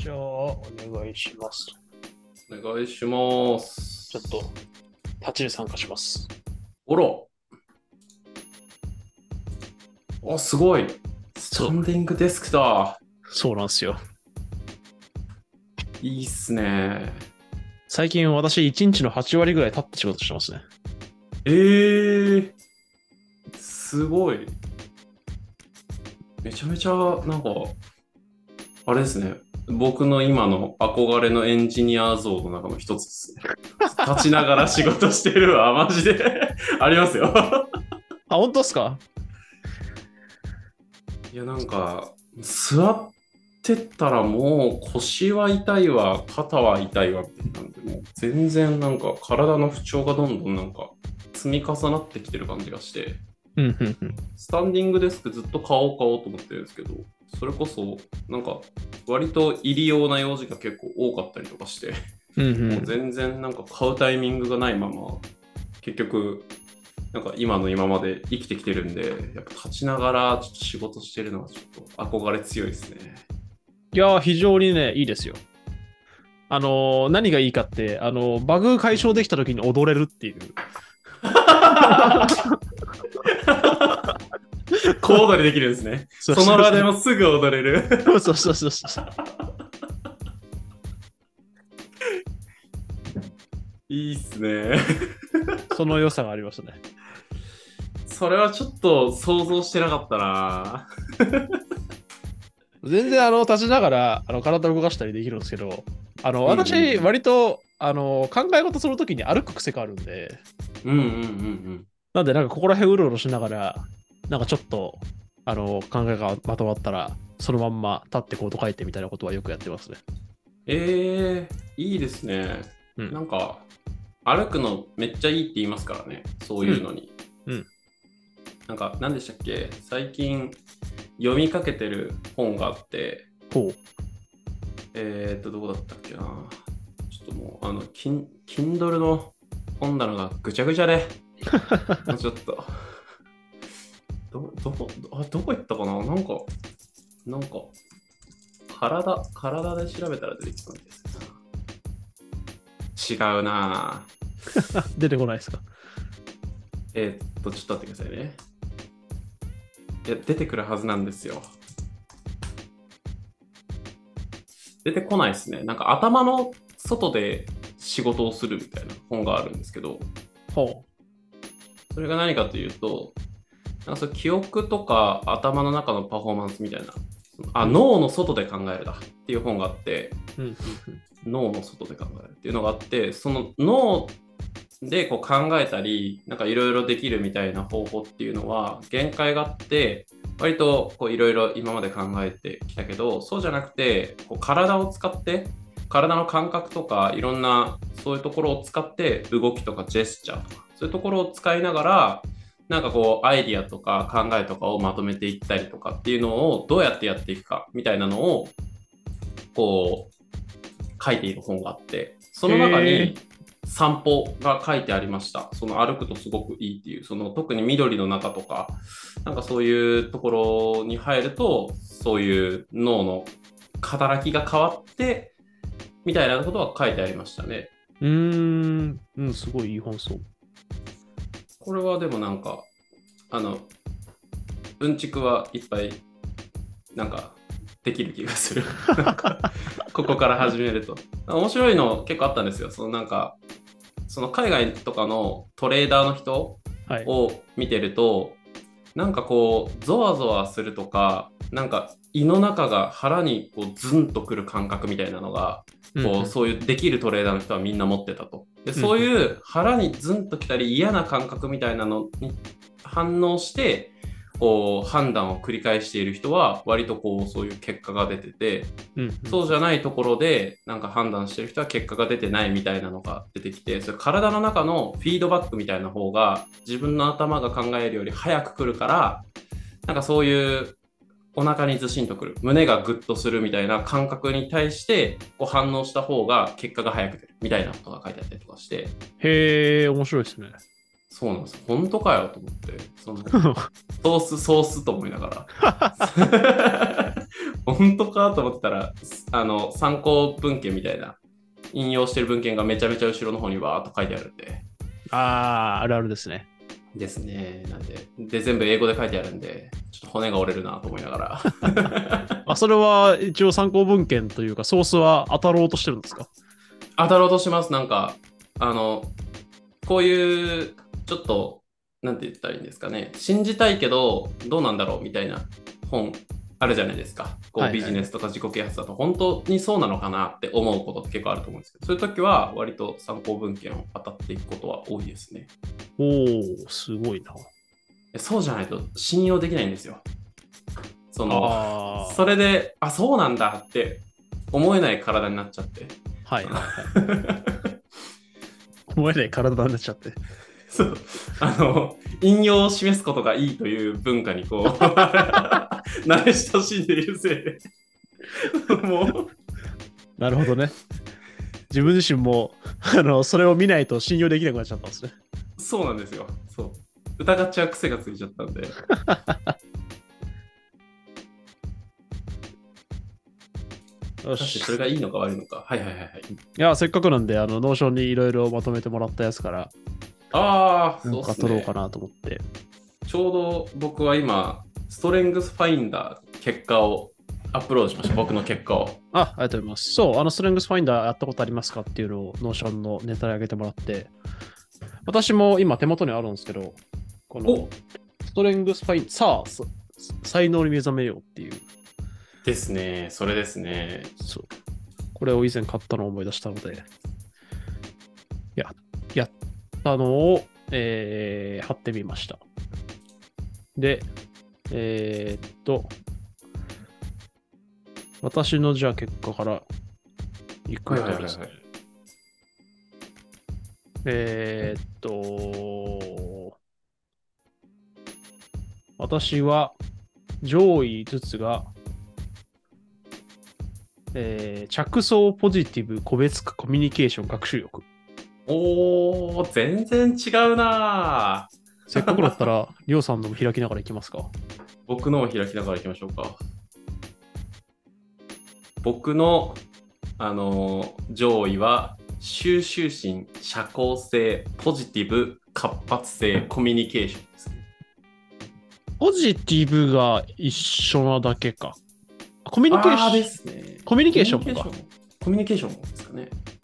ゃあ、お願いします。 お願いします。 ちょっと、立ちに参加します。 おろ。あ、すごい。スタンディングデスクだ。 そうなんですよ。 いいっすね。 最近私1日の8割ぐらい立って仕事してますね。 すごい。めちゃめちゃ、なんか、あれですね。僕の今の憧れのエンジニア像の中の一つですね。立ちながら仕事してるわ、マジで。ありますよ。 あ、本当っすか？ いや、なんか、座ってたらもう腰は痛いわ、肩は痛いわってなんで、もう全然なんか体の不調がどんどんなんか積み重なってきてる感じがして、 うんうんうん。 スタンディングデスクずっと買おうと思ってるんですけど、それこそなんか割と入り用な用事が結構多かったりとかして、 うんうん。 もう全然なんか買うタイミングがないまま、結局なんか今の今まで生きてきてるんで、やっぱ立ちながらちょっと仕事してるのはちょっと憧れ強いですね。 いやー、非常にね、いいですよ。何がいいかって、バグ解消できた時に踊れるっていう。 小踊りできるんですね。 そうその場でもすぐ踊れる。 そうそうそうそう。 いいっすね。 その良さがありましたね。 それはちょっと想像してなかったな。 全然立ちながら体を動かしたりできるんですけど、私、 うん割と考え事するときに歩く癖があるんで、 うんうん。うんうんうんうん。 なんで、なんかここら辺うろうろしながら、なんかちょっと、考えがまとまったら、そのまんま立ってコード書いてみたいなことはよくやってますね。 いいですね。 うん。 なんか、歩くのめっちゃいいって言いますからね。そううん。 いうのに。 うん。 なんか、何でしたっけ最近読みかけてる本があって、 ほう。 どこだったっけな。ちょっともう、Kindle の本棚がぐちゃぐちゃで、もうちょっと、どこ行ったかななんか、体で調べたら出てきたんですよ。違うな。 出てこないですか？ ちょっと待ってくださいね。いや、出てくるはずなんですよ。出てこないですね。なんか頭の外で仕事をするみたいな本があるんですけど、 ほそれが何かというと、なんかそう記憶とか頭の中のパフォーマンスみたいな、 う。うん。 脳の外で考えるだっていう本があって、 うん。うん。 脳の外で考えるっていうのがあって、その脳でこう考えたり、なんかいろいろできるみたいな方法っていうのは限界があって、割といろいろ今まで考えてきたけど、そうじゃなくて、こう体を使って、体の感覚とかいろんなそういうところを使って動きとかジェスチャーとか、そういうところを使いながら、なんかこうアイディアとか考えとかをまとめていったりとかっていうのをどうやってやっていくかみたいなのをこう書いている本があって、その中にへえ。 散歩が書いてありました。その歩くとすごくいいっていう、その特に緑の中とか、なんかそういうところに入ると、そういう脳の働きが変わって、みたいなことは書いてありましたね。 うーん。うん、すごいいい本そう。 これはでもなんか、あの、うんちくはいっぱい、なんか、できる気がする。なんか、ここから始めると。面白いの結構あったんですよ。そのなんか、その海外とかのトレーダーの人はい。 を見てると、なんかこう、ゾワゾワするとか、なんか胃の中が腹にこうズンとくる感覚みたいなのが、 うん。うこう、 ん。 そういうできるトレーダーの人はみんな持ってたと。で、 うん。 そういう腹にズンときたり嫌な感覚みたいなのに反応して、こう、判断を繰り返している人は、割とこう、そういう結果が出てて、 うん。 そうじゃないところでなんか判断してる人は結果が出てないみたいなのが出てきて、それ体の中のフィードバックみたいな方が自分の頭が考えるより早く来るから、なんかそういうお腹にずしんとくる、胸がグッとするみたいな感覚に対してこう反応した方が結果が早く出るみたいなことが書いてあったりとかして、 へえ、面白いですね。 そうなんです。本当かよと思って、そのソースと思いながら本当かと思ってたら、参考文献みたいな、引用してる文献がめちゃめちゃ後ろの方にわーっと書いてあるんで。 あるあるですね。 ですね。なんで、全部英語で書いてあるんで、ちょっと骨が折れるなと思いながら。 それは一応参考文献というか、ソースは当たろうとしてるんですか？ 当たろうとします。なんか、こういう、ちょっと、なんて言ったらいいんですかね。信じたいけど、どうなんだろうみたいな本あるじゃないですか。こうビジネスとか自己啓発だと、本当にそうなのかなって思うことって結構あると思うんですけど、そういう時は割と参考文献を当たっていくことは多いですね。 おー、すごいな。 そうじゃないと信用できないんですよ。それで、そうなんだって思えない体になっちゃって。 はい。思えない体になっちゃって。 そう。引用を示すことがいいという文化に慣れ親しんでいるせいで。もう。 なるほどね。自分自身も、それを見ないと信用できなくなっちゃったんですね。 そうなんですよ。そう。疑っちゃう癖がついちゃったんで。よし。それがいいのか悪いのか。はい。 いや、せっかくなんで、ノーションにいろいろまとめてもらったやつから、 そうか取ろうかなと思って。 ちょうど僕は今、ストレングスファインダー結果をアップロードしました。僕の結果を。 ありがとうございます。そう、ストレングスファインダーやったことありますかっていうのをノーションのネタで上げてもらって、私も今手元にあるんですけど、このストレングスファイン、才能に目覚めようっていう。 ですね、それですね。 そう。これを以前買ったのを思い出したので、やったのを、貼ってみました。で、私のじゃあ結果からいくとですね。私は上位5つが、着想ポジティブ個別化コミュニケーション学習力。 全然違うなせっかくだったら、りょうさんのも開きながらいきますか。 僕のも開きながらいきましょうか。僕の、上位は、収集心、社交性、ポジティブ、活発性、コミュニケーションですね。 ポジティブが一緒なだけか。コミュニケーションですね。 コミュニケーションか。 コミュニケーションですかね。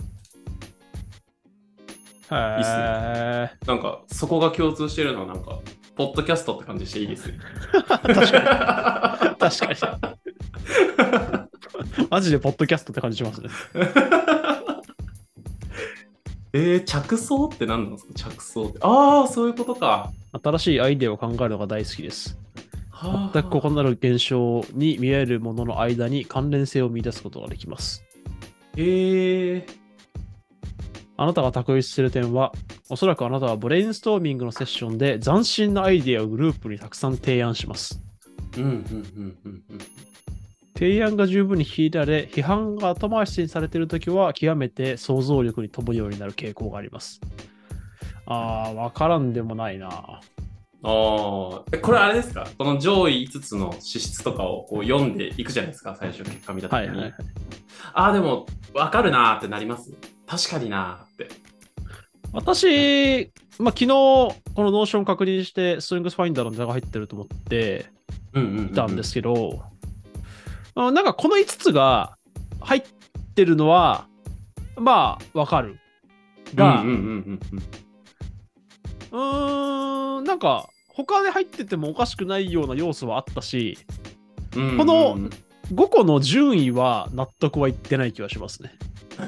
いいっすね。 なんか、そこが共通してるのは、なんか、ポッドキャストって感じしていいですね。 確かに。確かに。マジでポッドキャストって感じしますね。 着想って何なんですか？着想って。そういうことか。 新しいアイデアを考えるのが大好きです。全く異なる現象に見えるものの間に関連性を見出すことができます。あなたが択一している点は、おそらくあなたはブレインストーミングのセッションで斬新なアイデアをグループにたくさん提案します。提案が十分に引いられ、批判が後回しにされているときは、極めて想像力に富むようになる傾向があります。わからんでもないな。 これあれですか？この上位5つの資質とかをこう読んでいくじゃないですか、最初結果見たときに。でも、わかるなーってなります。確かになーって。 私、昨日、このノーション確認して、ストリングスファインダーのネタが入ってると思っていたんですけど、なんかこの5つが入ってるのは、わかる。が、なんか他で入っててもおかしくないような要素はあったし、この5個の順位は納得はいってない気がしますね。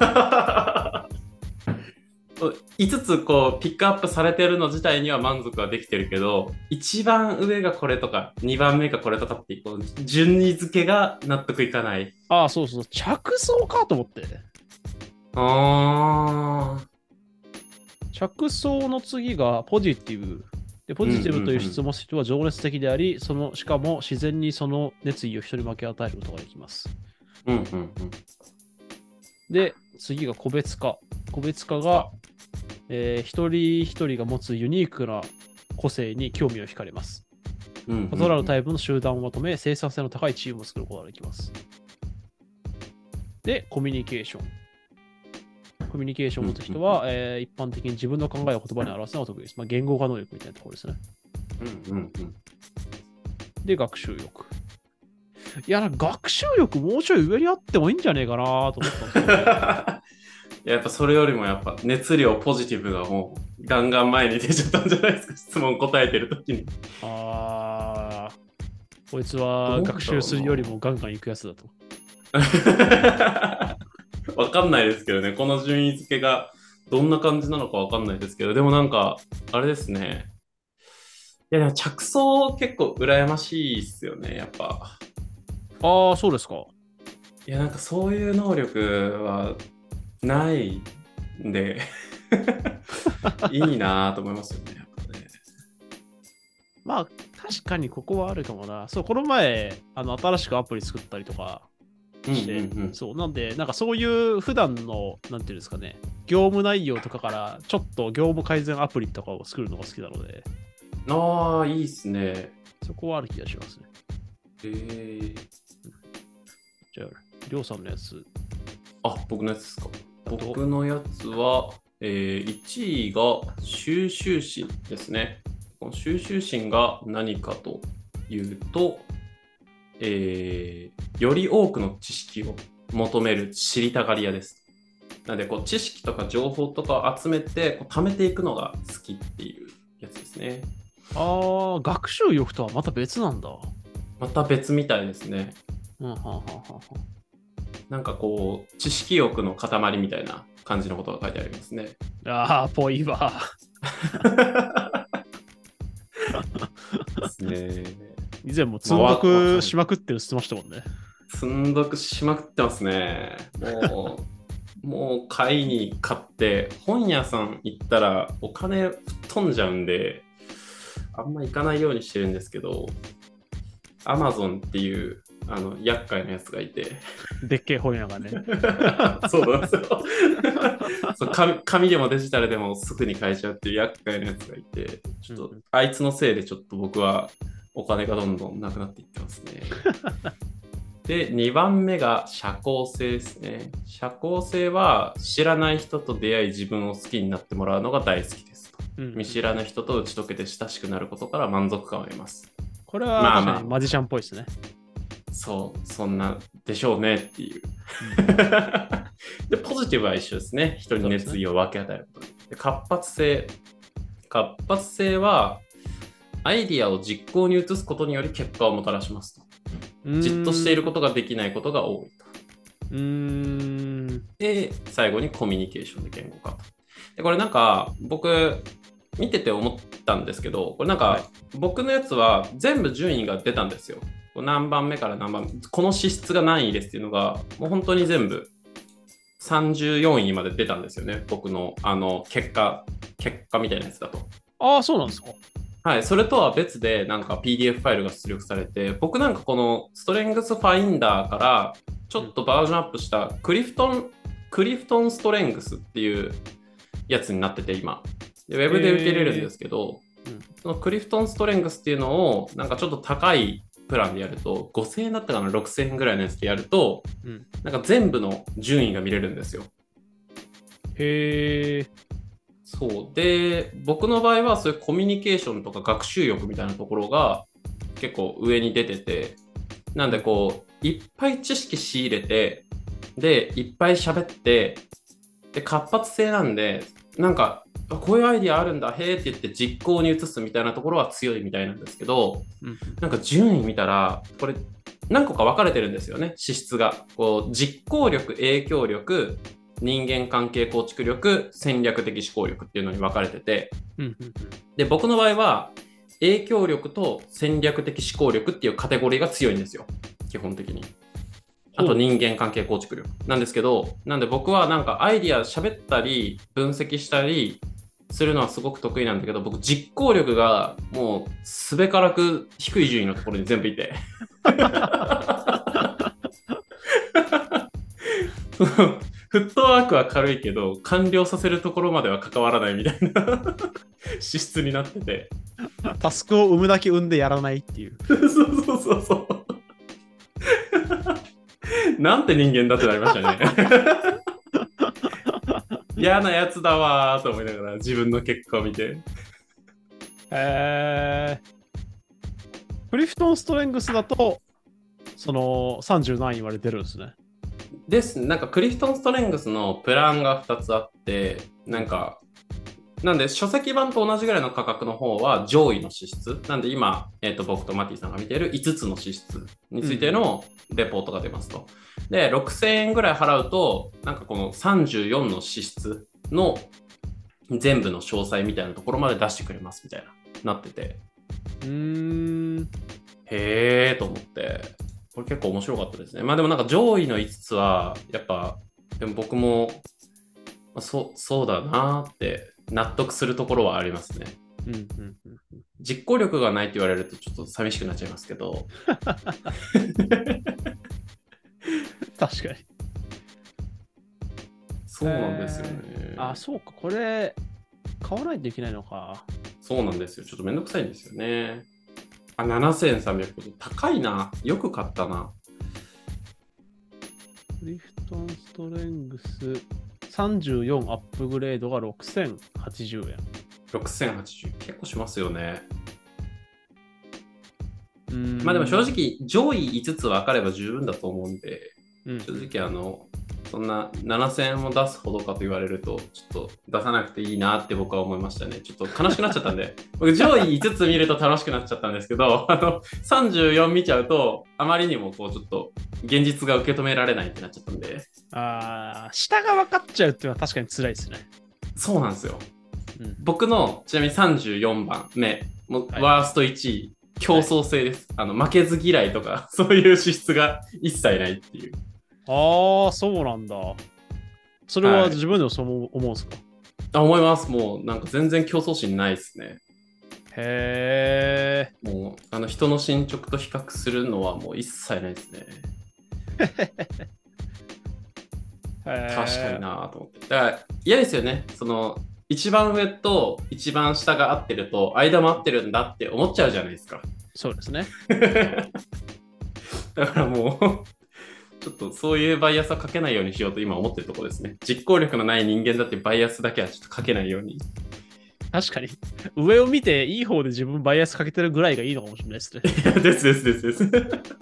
5つこうピックアップされてるの自体には満足はできてるけど、一番上がこれとか2番目がこれとかってこう順位付けが納得いかない。 そうそう、着想かと思って。着想の次がポジティブ。でポジティブという質問人は情熱的であり、しかも自然にその熱意を人に分け与えることができます。で、次が個別化。個別化が、一人一人が持つユニークな個性に興味を惹かれます。 異なるタイプの集団をまとめ、生産性の高いチームを作ることができます。で、コミュニケーション。コミュニケーションを持つ人は、一般的に自分の考えを言葉に表すのが得意です。まあ、言語化能力みたいなところですね。で、学習力。いや、学習力もうちょい上にあってもいいんじゃねえかなと思ったんですよ、ね。 やっぱそれよりもやっぱ熱量ポジティブがもうガンガン前に出ちゃったんじゃないですか、質問答えてるときに。 こいつは学習するよりもガンガン行くやつだと。 わかんないですけどね、この順位付けがどんな感じなのかわかんないですけど、でもなんか、あれですね。いや、着想結構羨ましいっすよね、やっぱ。 そうですか。 いや、なんかそういう能力はないんでいいなと思いますよね、やっぱね。 まあ、確かにここはあるかもな。そう、この前、新しくアプリ作ったりとかして、そう、なんで、なんかそういう普段の、なんていうんですかね、業務内容とかから、ちょっと業務改善アプリとかを作るのが好きなので。 いいっすね。 そこはある気がしますね。じゃあ、りょうさんのやつ。 僕のやつですか。僕のやつは、1位が収集心ですね。この収集心が何かというと、より多くの知識を求める知りたがり屋です。なので知識とか情報とかを集めて貯めていくのが好きっていうやつですね。 学習欲とはまた別なんだ。 また別みたいですね。なんか知識欲の塊みたいな感じのことが書いてありますね。 ぽいわ。 ですね。 以前も積んどくしまくってるって言ってましたもんね。 積んどくしまくってますね。もう買いに買って、本屋さん行ったらお金吹っ飛んじゃうんで、あんま行かないようにしてるんですけど、Amazon っていう厄介なやつがいて。 でっけえ本屋がね。 そうなんですよ。紙でもデジタルでもすぐに買えちゃうっていう厄介なやつがいて、ちょっと、あいつのせいでちょっと僕はお金がどんどんなくなっていってますね。で、2番目が社交性ですね。社交性は知らない人と出会い自分を好きになってもらうのが大好きですと。見知らぬ人と打ち解けて親しくなることから満足感を得ます。 これはマジシャンっぽいですね。 そんなでしょうねっていう。で、ポジティブは一緒ですね。人に熱意を分け与えることで。活発性はアイディアを実行に移すことにより結果をもたらしますと。じっとしていることができないことが多いと。で、最後にコミュニケーションで言語化と。で、これなんか僕見てて思ったんですけど、これなんか僕のやつは全部順位が出たんですよ。何番目から何番目、この資質が何位ですっていうのがもう本当に全部34位まで出たんですよね。僕の結果みたいなやつだと。 そうなんですか。 はい、それとは別でなんか PDF ファイルが出力されて、僕なんかこのストレングスファインダーからちょっとバージョンアップしたクリフトンストレングスっていうやつになってて今。でウェブで受けれるんですけど、そのクリフトンストレングスっていうのをなんかちょっと高いプランでやると5000円だったかな、6000円ぐらいのやつでやると、なんか全部の順位が見れるんですよ。そうで、僕の場合はそういうコミュニケーションとか学習欲みたいなところが結構上に出てて、なんでいっぱい知識仕入れて、でいっぱい喋って、で活発性なんで、なんかこういうアイディアあるんだ、へーって言って実行に移すみたいなところは強いみたいなんですけど、なんか順位見たらこれ何個か分かれてるんですよね、資質が。実行力、影響力、人間関係構築力、戦略的思考力っていうのに分かれてて、で僕の場合は影響力と戦略的思考力っていうカテゴリーが強いんですよ、基本的に。あと人間関係構築力なんですけど、なんで僕はなんかアイディア喋ったり分析したりするのはすごく得意なんだけど、僕実行力がもうすべからく低い順位のところに全部いてフットワークは軽いけど、完了させるところまでは関わらないみたいな資質になってて。 タスクを生むだけ生んでやらないっていう。 そうそうそうそう。なんて人間だってなりましたね。嫌なやつだわーと思いながら自分の結果を見て。 クリフトンストレングスだと、その30何位まで出るんですね。 ですね。なんかクリフトンストレングスのプランが2つあって、なんで書籍版と同じぐらいの価格の方は上位の資質。なんで今、僕とマティさんが見ている5つの資質についてのレポートが出ますと。で、6000円ぐらい払うと、なんかこの34の資質の全部の詳細みたいなところまで出してくれますみたいな、なってて。へーと思って、これ結構面白かったですね。まあでもなんか上位の5つは、やっぱ、でも僕も、そうだなーって納得するところはありますね。実行力がないって言われるとちょっと寂しくなっちゃいますけど。 確かに。 そうなんですよね。 そうか。これ、買わないといけないのか。 そうなんですよ。ちょっとめんどくさいんですよね。7300高いな。よく買ったな。 クリフトンストレングス34アップグレードが6080円。 6080結構しますよね。まあでも正直上位5つ分かれば十分だと思うんで、正直そんな7000円も出すほどかと言われるとちょっと出さなくていいなって僕は思いましたね。ちょっと悲しくなっちゃったんで僕上位5つ見ると楽しくなっちゃったんですけど34見ちゃうとあまりにもこうちょっと現実が受け止められないってなっちゃったんで、 下が分かっちゃうっていうのは確かに辛いですね。 そうなんですよ。僕のちなみに34番目もうワースト1位、競争性です。負けず嫌いとかそういう資質が一切ないっていう。 そうなんだ。それは自分でもそう思うんですか？ 思います。もうなんか全然競争心ないですね。 へー。もう人の進捗と比較するのはもう一切ないですね。確かになと思って。だから嫌ですよね。その一番上と一番下が合ってると間も合ってるんだって思っちゃうじゃないですか。 そうですね。 だからもうちょっとそういうバイアスはかけないようにしようと今思ってるところですね。実行力のない人間だってバイアスだけはちょっとかけないように。 確かに。上を見ていい方で自分バイアスかけてるぐらいがいいのかもしれないですね。 です。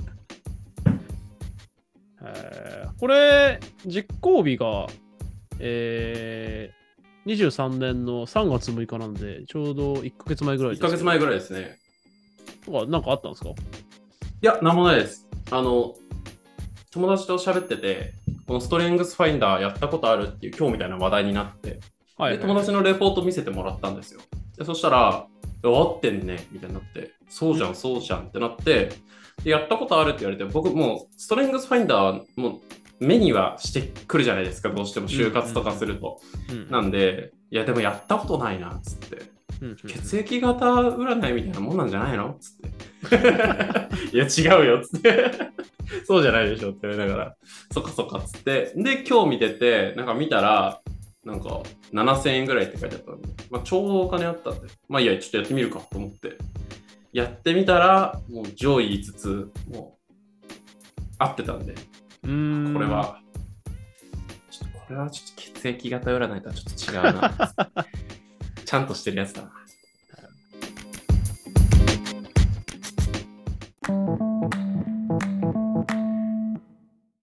これ、実行日が、23年の3月6日なんで、ちょうど1ヶ月前ぐらいです、 1ヶ月前ぐらいですね。 なんかあったんですか？ いや、なんもないです。友達と喋ってて、このストレングスファインダーやったことあるっていう今日みたいな話題になって、で友達のレポート見せてもらったんですよ。でそしたら、合ってんねみたいになって、そうじゃんってなって、でやったことあるって言われて、僕もうストレングスファインダーもう目にはしてくるじゃないですか、どうしても就活とかすると。なんで、いやでもやったことないなっつって、血液型占いみたいなもんなんじゃないのっつっていや違うよっつってそうじゃないでしょって言われながら、そっかっつって、で今日見てて、なんか見たらなんか7000円ぐらいって書いてあったんで、まあ超お金あったんで、まあいいや、ちょっとやってみるかと思ってやってみたら、もう上位5つもう合ってたんで、これはちょっと血液型占いとはちょっと違うなちゃんとしてるやつだな。